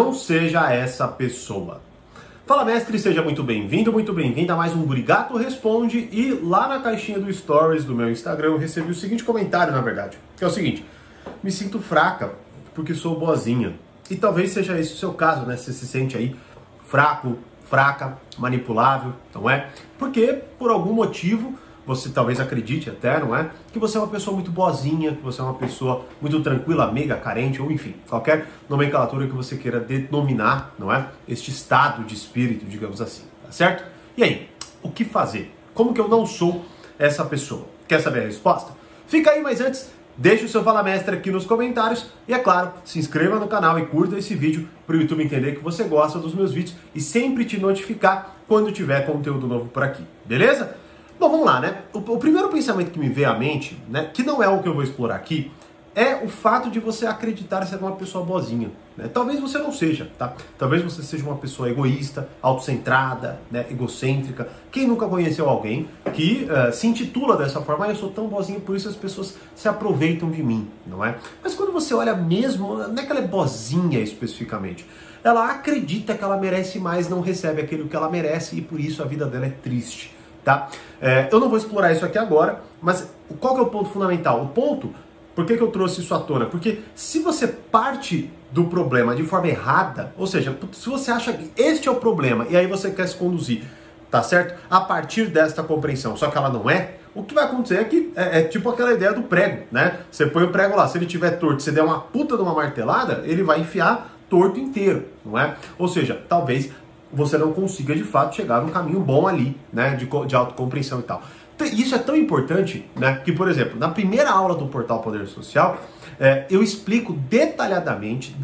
não seja essa pessoa. Fala, mestre, seja muito bem-vindo, muito bem-vinda a mais um Burigato Responde. E lá na caixinha do Stories do meu Instagram eu recebi o seguinte comentário, na verdade, que é o seguinte: me sinto fraca porque sou boazinha. E talvez seja esse o seu caso, né? Você se sente aí fraco, fraca, manipulável, não é? Porque por algum motivo você talvez acredite até, não é? Que você é uma pessoa muito boazinha, que você é uma pessoa muito tranquila, amiga, carente, ou enfim, qualquer nomenclatura que você queira denominar, não é? Este estado de espírito, digamos assim, tá certo? E aí, o que fazer? Como que eu não sou essa pessoa? Quer saber a resposta? Fica aí, mas antes, deixe o seu Fala Mestre aqui nos comentários e, é claro, se inscreva no canal e curta esse vídeo para o YouTube entender que você gosta dos meus vídeos e sempre te notificar quando tiver conteúdo novo por aqui, beleza? Bom, vamos lá, né? O primeiro pensamento que me veio à mente, né, que não é o que eu vou explorar aqui, é o fato de você acreditar ser uma pessoa boazinha, né? Talvez você não seja, tá? Talvez você seja uma pessoa egoísta, autocentrada, né, egocêntrica. Quem nunca conheceu alguém que se intitula dessa forma: eu sou tão boazinha, por isso as pessoas se aproveitam de mim, não é? Mas quando você olha mesmo, não é que ela é boazinha especificamente. Ela acredita que ela merece mais, não recebe aquilo que ela merece e por isso a vida dela é triste. Tá? Eu não vou explorar isso aqui agora, mas qual que é o ponto fundamental? O ponto, por que eu trouxe isso à tona? Porque se você parte do problema de forma errada, ou seja, se você acha que este é o problema e aí você quer se conduzir, tá certo? A partir desta compreensão, só que ela não é, o que vai acontecer é que é tipo aquela ideia do prego, né? Você põe o prego lá, se ele tiver torto, você der uma puta de uma martelada, ele vai enfiar torto inteiro, não é? Ou seja, talvez você não consiga de fato chegar num caminho bom ali, né, de autocompreensão e tal. Isso é tão importante, né, que, por exemplo, na primeira aula do Portal Poder Social, eu explico detalhadamente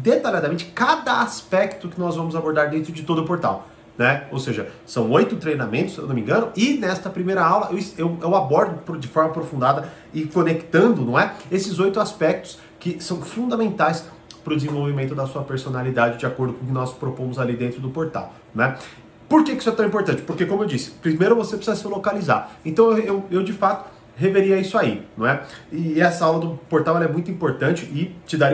cada aspecto que nós vamos abordar dentro de todo o portal, né? Ou seja, são 8 treinamentos, se eu não me engano, e nesta primeira aula eu abordo de forma aprofundada e conectando, não é, esses 8 aspectos que são fundamentais para o desenvolvimento da sua personalidade, de acordo com o que nós propomos ali dentro do portal, né? Por que isso é tão importante? Porque, como eu disse, primeiro você precisa se localizar. Então eu de fato reveria isso aí, não é? E essa aula do portal ela é muito importante e te daria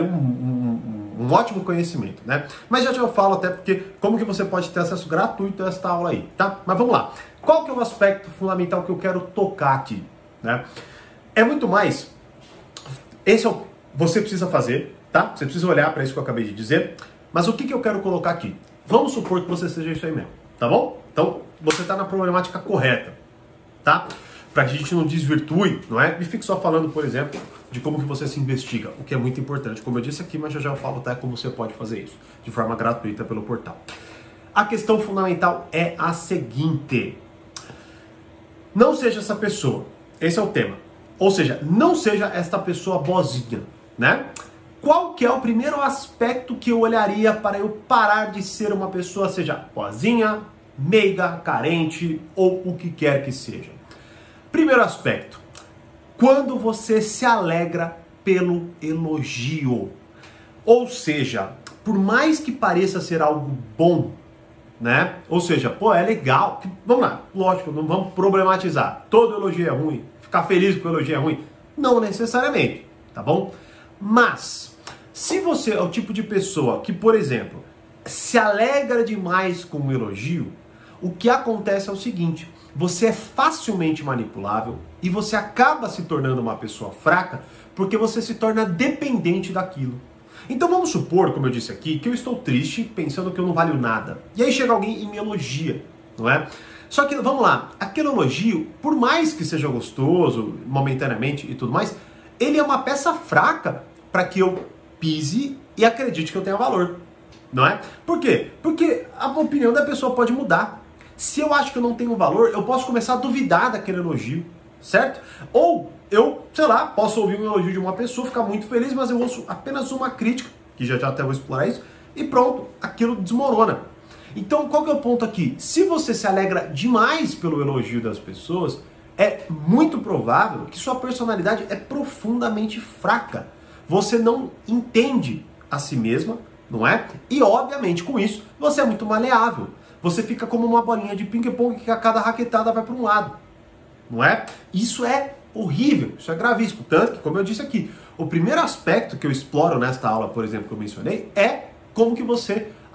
um ótimo conhecimento, né? Mas já eu falo até porque como que você pode ter acesso gratuito a esta aula aí, tá? Mas vamos lá. Qual que é o aspecto fundamental que eu quero tocar aqui, né? É muito mais. Esse é o você precisa fazer, tá? Você precisa olhar para isso que eu acabei de dizer. Mas o que eu quero colocar aqui? Vamos supor que você seja isso aí mesmo, tá bom? Então, você está na problemática correta, tá? Para que a gente não desvirtue, não é? E fique só falando, por exemplo, de como que você se investiga, o que é muito importante, como eu disse aqui, mas já eu falo até como você pode fazer isso, de forma gratuita pelo portal. A questão fundamental é a seguinte: não seja essa pessoa, esse é o tema. Ou seja, não seja esta pessoa boazinha, né? Qual que é o primeiro aspecto que eu olharia para eu parar de ser uma pessoa, seja boazinha, meiga, carente ou o que quer que seja? Primeiro aspecto, quando você se alegra pelo elogio. Ou seja, por mais que pareça ser algo bom, né? Ou seja, pô, é legal. Vamos lá, lógico, não vamos problematizar. Todo elogio é ruim, ficar feliz com o elogio é ruim. Não necessariamente, tá bom? Mas, se você é o tipo de pessoa que, por exemplo, se alegra demais com o elogio, o que acontece é o seguinte: você é facilmente manipulável e você acaba se tornando uma pessoa fraca porque você se torna dependente daquilo. Então vamos supor, como eu disse aqui, que eu estou triste pensando que eu não valho nada. E aí chega alguém e me elogia, não é? Só que, vamos lá, aquele elogio, por mais que seja gostoso, momentaneamente e tudo mais, ele é uma peça fraca para que eu pise e acredite que eu tenha valor, não é? Por quê? Porque a opinião da pessoa pode mudar. Se eu acho que eu não tenho valor, eu posso começar a duvidar daquele elogio, certo? Ou eu, sei lá, posso ouvir um elogio de uma pessoa, ficar muito feliz, mas eu ouço apenas uma crítica, que já até vou explorar isso, e pronto, aquilo desmorona. Então, qual que é o ponto aqui? Se você se alegra demais pelo elogio das pessoas, é muito provável que sua personalidade é profundamente fraca. Você não entende a si mesma, não é? E, obviamente, com isso, você é muito maleável. Você fica como uma bolinha de ping-pong que a cada raquetada vai para um lado, não é? Isso é horrível, isso é gravíssimo. Tanto que, como eu disse aqui, o primeiro aspecto que eu exploro nesta aula, por exemplo, que eu mencionei, é como que você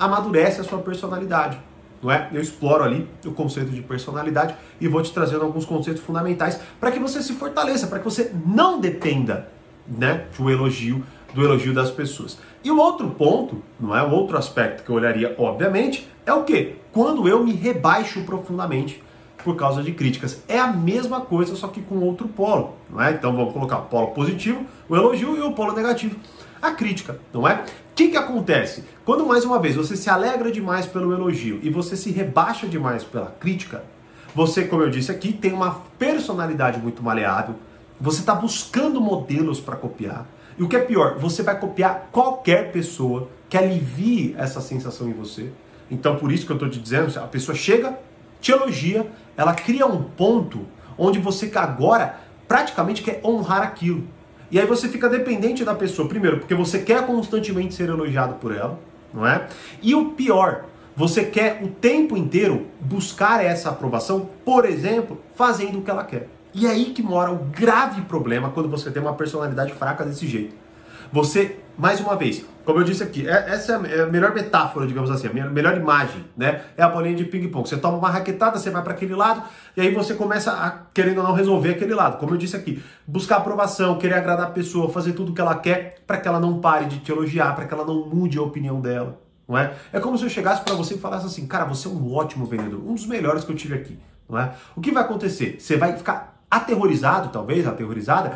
amadurece a sua personalidade. Não é? Eu exploro ali o conceito de personalidade e vou te trazendo alguns conceitos fundamentais para que você se fortaleça, para que você não dependa, né, do elogio das pessoas. E o outro ponto, não é? O outro aspecto que eu olharia, obviamente, é o quê? Quando eu me rebaixo profundamente por causa de críticas. É a mesma coisa, só que com outro polo, não é? Então vamos colocar o polo positivo, o elogio, e o polo negativo, a crítica, não é? O que acontece? Quando, mais uma vez, você se alegra demais pelo elogio e você se rebaixa demais pela crítica, você, como eu disse aqui, tem uma personalidade muito maleável, você está buscando modelos para copiar, e o que é pior, você vai copiar qualquer pessoa que alivie essa sensação em você. Então, por isso que eu estou te dizendo, a pessoa chega, te elogia, ela cria um ponto onde você agora praticamente quer honrar aquilo. E aí você fica dependente da pessoa, primeiro, porque você quer constantemente ser elogiado por ela, não é? E o pior, você quer o tempo inteiro buscar essa aprovação, por exemplo, fazendo o que ela quer. E é aí que mora o grave problema quando você tem uma personalidade fraca desse jeito. Você, mais uma vez, como eu disse aqui, essa é a melhor metáfora, digamos assim, a melhor imagem, né? É a bolinha de ping-pong. Você toma uma raquetada, você vai para aquele lado, e aí você começa a, querendo ou não, resolver aquele lado. Como eu disse aqui, buscar aprovação, querer agradar a pessoa, fazer tudo o que ela quer para que ela não pare de te elogiar, para que ela não mude a opinião dela, não é? É como se eu chegasse para você e falasse assim, cara, você é um ótimo vendedor, um dos melhores que eu tive aqui, não é? O que vai acontecer? Você vai ficar aterrorizado, talvez, aterrorizada,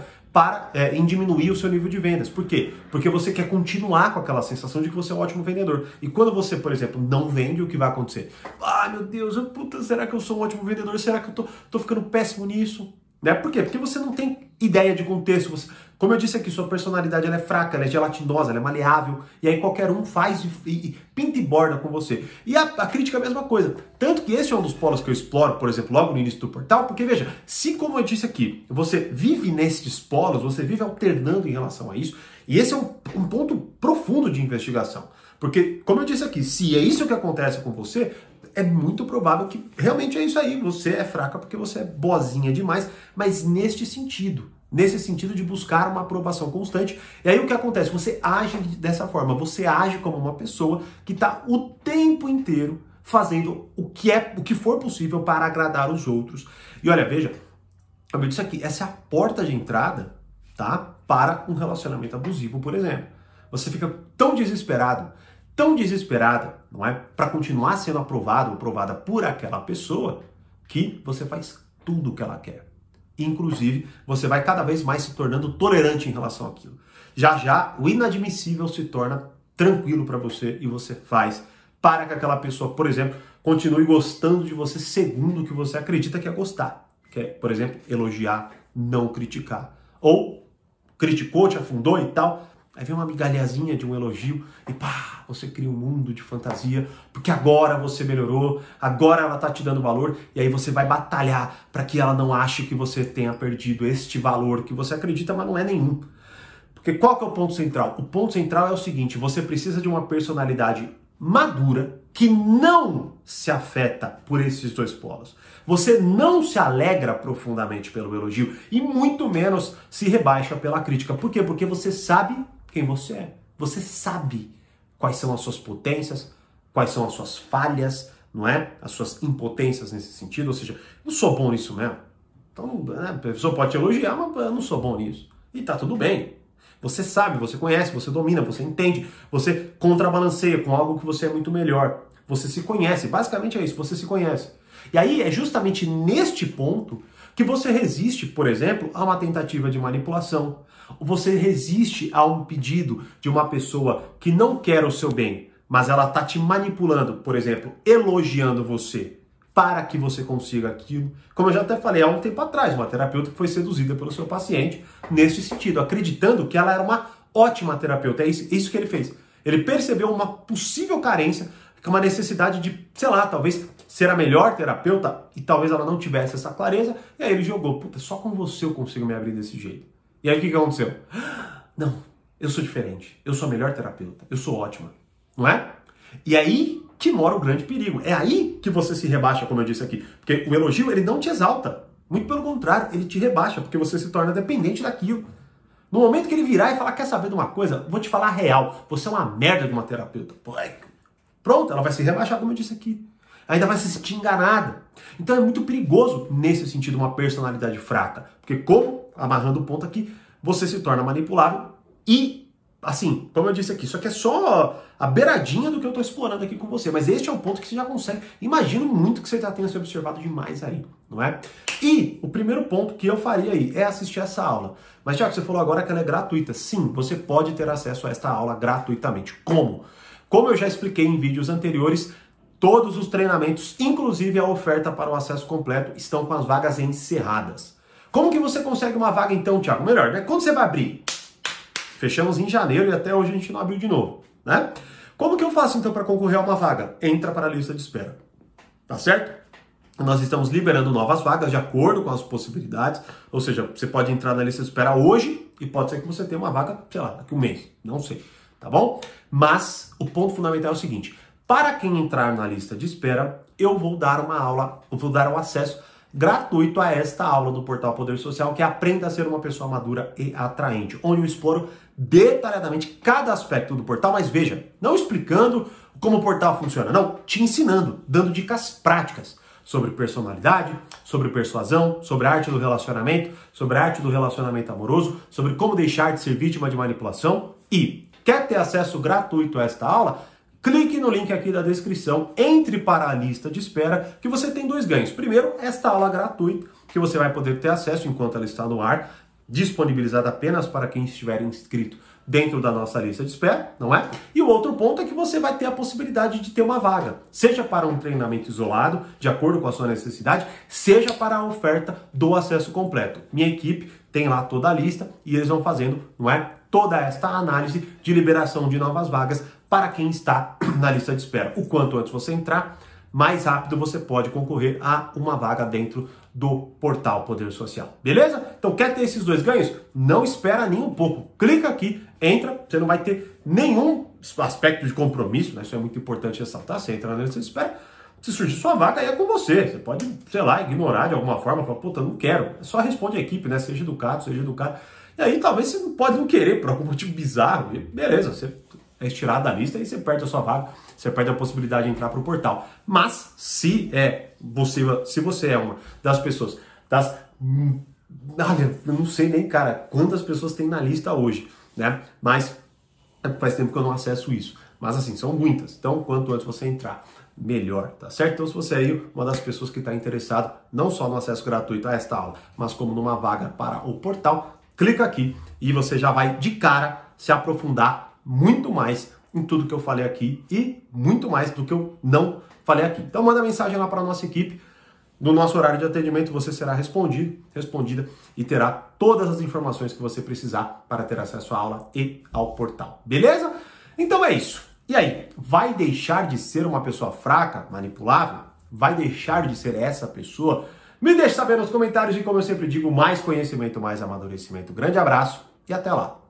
em diminuir o seu nível de vendas. Por quê? Porque você quer continuar com aquela sensação de que você é um ótimo vendedor. E quando você, por exemplo, não vende, o que vai acontecer? Ah, meu Deus, puta, será que eu sou um ótimo vendedor? Será que eu tô ficando péssimo nisso? Né? Por quê? Porque você não tem ideia de contexto. Como eu disse aqui, sua personalidade ela é fraca, ela é gelatinosa, ela é maleável, e aí qualquer um faz e pinta e borda com você. E a crítica é a mesma coisa. Tanto que esse é um dos polos que eu exploro, por exemplo, logo no início do portal, porque veja, se como eu disse aqui, você vive nesses polos, você vive alternando em relação a isso, e esse é um ponto profundo de investigação. Porque, como eu disse aqui, se é isso que acontece com você, é muito provável que realmente é isso aí. Você é fraca porque você é boazinha demais, mas neste sentido. Nesse sentido de buscar uma aprovação constante. E aí o que acontece? Você age dessa forma. Você age como uma pessoa que está o tempo inteiro fazendo o que for possível para agradar os outros. E olha, veja, como eu disse aqui, essa é a porta de entrada, tá, para um relacionamento abusivo, por exemplo. Você fica tão desesperada, não é, para continuar sendo aprovado ou aprovada por aquela pessoa, que você faz tudo o que ela quer. Inclusive, você vai cada vez mais se tornando tolerante em relação àquilo. Já já, o inadmissível se torna tranquilo para você e você faz para que aquela pessoa, por exemplo, continue gostando de você segundo o que você acredita que é gostar. Que é, por exemplo, elogiar, não criticar. Ou criticou, te afundou e tal, aí vem uma migalhazinha de um elogio e pá, você cria um mundo de fantasia, porque agora você melhorou, agora ela tá te dando valor, e aí você vai batalhar para que ela não ache que você tenha perdido este valor que você acredita, mas não é nenhum. Porque qual que é o ponto central? O ponto central é o seguinte, você precisa de uma personalidade madura que não se afeta por esses dois polos. Você não se alegra profundamente pelo elogio e muito menos se rebaixa pela crítica. Por quê? Porque você sabe quem você é. Você sabe quais são as suas potências, quais são as suas falhas, não é? As suas impotências nesse sentido. Ou seja, eu não sou bom nisso mesmo. Então, né, a pessoa pode te elogiar, mas eu não sou bom nisso. E tá tudo bem. Você sabe, você conhece, você domina, você entende, você contrabalanceia com algo que você é muito melhor. Você se conhece, basicamente é isso, você se conhece. E aí é justamente neste ponto que você resiste, por exemplo, a uma tentativa de manipulação. Você resiste a um pedido de uma pessoa que não quer o seu bem, mas ela está te manipulando, por exemplo, elogiando você para que você consiga aquilo. Como eu já até falei há um tempo atrás, uma terapeuta que foi seduzida pelo seu paciente nesse sentido, acreditando que ela era uma ótima terapeuta. É isso que ele fez. Ele percebeu uma possível carência, uma necessidade de, sei lá, talvez ser a melhor terapeuta e talvez ela não tivesse essa clareza, e aí ele jogou, puta, só com você eu consigo me abrir desse jeito. E aí o que aconteceu? Não, eu sou diferente, eu sou a melhor terapeuta, eu sou ótima, não é? E aí que mora o grande perigo. É aí que você se rebaixa, como eu disse aqui. Porque o elogio, ele não te exalta. Muito pelo contrário, ele te rebaixa, porque você se torna dependente daquilo. No momento que ele virar e falar, quer saber de uma coisa? Vou te falar a real. Você é uma merda de uma terapeuta. Pô, Pronto, ela vai se rebaixar, como eu disse aqui. Ainda vai se sentir enganada. Então é muito perigoso, nesse sentido, uma personalidade fraca. Porque como, amarrando o ponto aqui, você se torna manipulável e, assim, como eu disse aqui, isso aqui é só a beiradinha do que eu estou explorando aqui com você. Mas este é um ponto que você já consegue. Imagino muito que você já tenha se observado demais aí, não é? E o primeiro ponto que eu faria aí é assistir essa aula. Mas, Thiago, você falou agora que ela é gratuita. Sim, você pode ter acesso a esta aula gratuitamente. Como? Como eu já expliquei em vídeos anteriores, todos os treinamentos, inclusive a oferta para o acesso completo, estão com as vagas encerradas. Como que você consegue uma vaga então, Thiago? Melhor, né? Quando você vai abrir? Fechamos em janeiro e até hoje a gente não abriu de novo, né? Como que eu faço então para concorrer a uma vaga? Entra para a lista de espera, tá certo? Nós estamos liberando novas vagas de acordo com as possibilidades, ou seja, você pode entrar na lista de espera hoje e pode ser que você tenha uma vaga, sei lá, daqui a um mês, não sei, tá bom? Mas o ponto fundamental é o seguinte: para quem entrar na lista de espera, eu vou dar uma aula, eu vou dar um acesso gratuito a esta aula do Portal Poder Social, que é Aprenda a Ser uma Pessoa Madura e Atraente, onde eu exploro detalhadamente cada aspecto do portal, mas veja, não explicando como o portal funciona, não, te ensinando, dando dicas práticas sobre personalidade, sobre persuasão, sobre a arte do relacionamento, sobre a arte do relacionamento amoroso, sobre como deixar de ser vítima de manipulação. E quer ter acesso gratuito a esta aula? Clique no link aqui da descrição, entre para a lista de espera, que você tem 2 ganhos. Primeiro, esta aula gratuita, que você vai poder ter acesso enquanto ela está no ar, disponibilizada apenas para quem estiver inscrito dentro da nossa lista de espera, não é? E o outro ponto é que você vai ter a possibilidade de ter uma vaga, seja para um treinamento isolado, de acordo com a sua necessidade, seja para a oferta do acesso completo. Minha equipe tem lá toda a lista e eles vão fazendo, não é? Toda esta análise de liberação de novas vagas para quem está na lista de espera. O quanto antes você entrar, mais rápido você pode concorrer a uma vaga dentro do Portal Poder Social. Beleza? Então quer ter esses 2 ganhos? Não espera nem um pouco. Clica aqui, entra, você não vai ter nenhum aspecto de compromisso, né? Isso é muito importante ressaltar. Você entra na lista de espera, se surgir sua vaga, aí é com você. Você pode, sei lá, ignorar de alguma forma, falar, puta, não quero. Só responde a equipe, né? Seja educado, seja educado. E aí talvez você pode não querer por algum motivo bizarro. E beleza, você é estirado da lista e você perde a sua vaga, você perde a possibilidade de entrar para o portal. Mas se você é uma das pessoas, eu não sei nem, cara, quantas pessoas tem na lista hoje, né? Mas faz tempo que eu não acesso isso. Mas assim, são muitas. Então, quanto antes você entrar, melhor, tá certo? Então, se você é aí uma das pessoas que está interessado, não só no acesso gratuito a esta aula, mas como numa vaga para o portal, clica aqui e você já vai de cara se aprofundar muito mais em tudo que eu falei aqui e muito mais do que eu não falei aqui. Então manda mensagem lá para a nossa equipe. No nosso horário de atendimento você será respondida e terá todas as informações que você precisar para ter acesso à aula e ao portal. Beleza? Então é isso. E aí, vai deixar de ser uma pessoa fraca, manipulável? Vai deixar de ser essa pessoa? Me deixe saber nos comentários e, como eu sempre digo, mais conhecimento, mais amadurecimento. Grande abraço e até lá!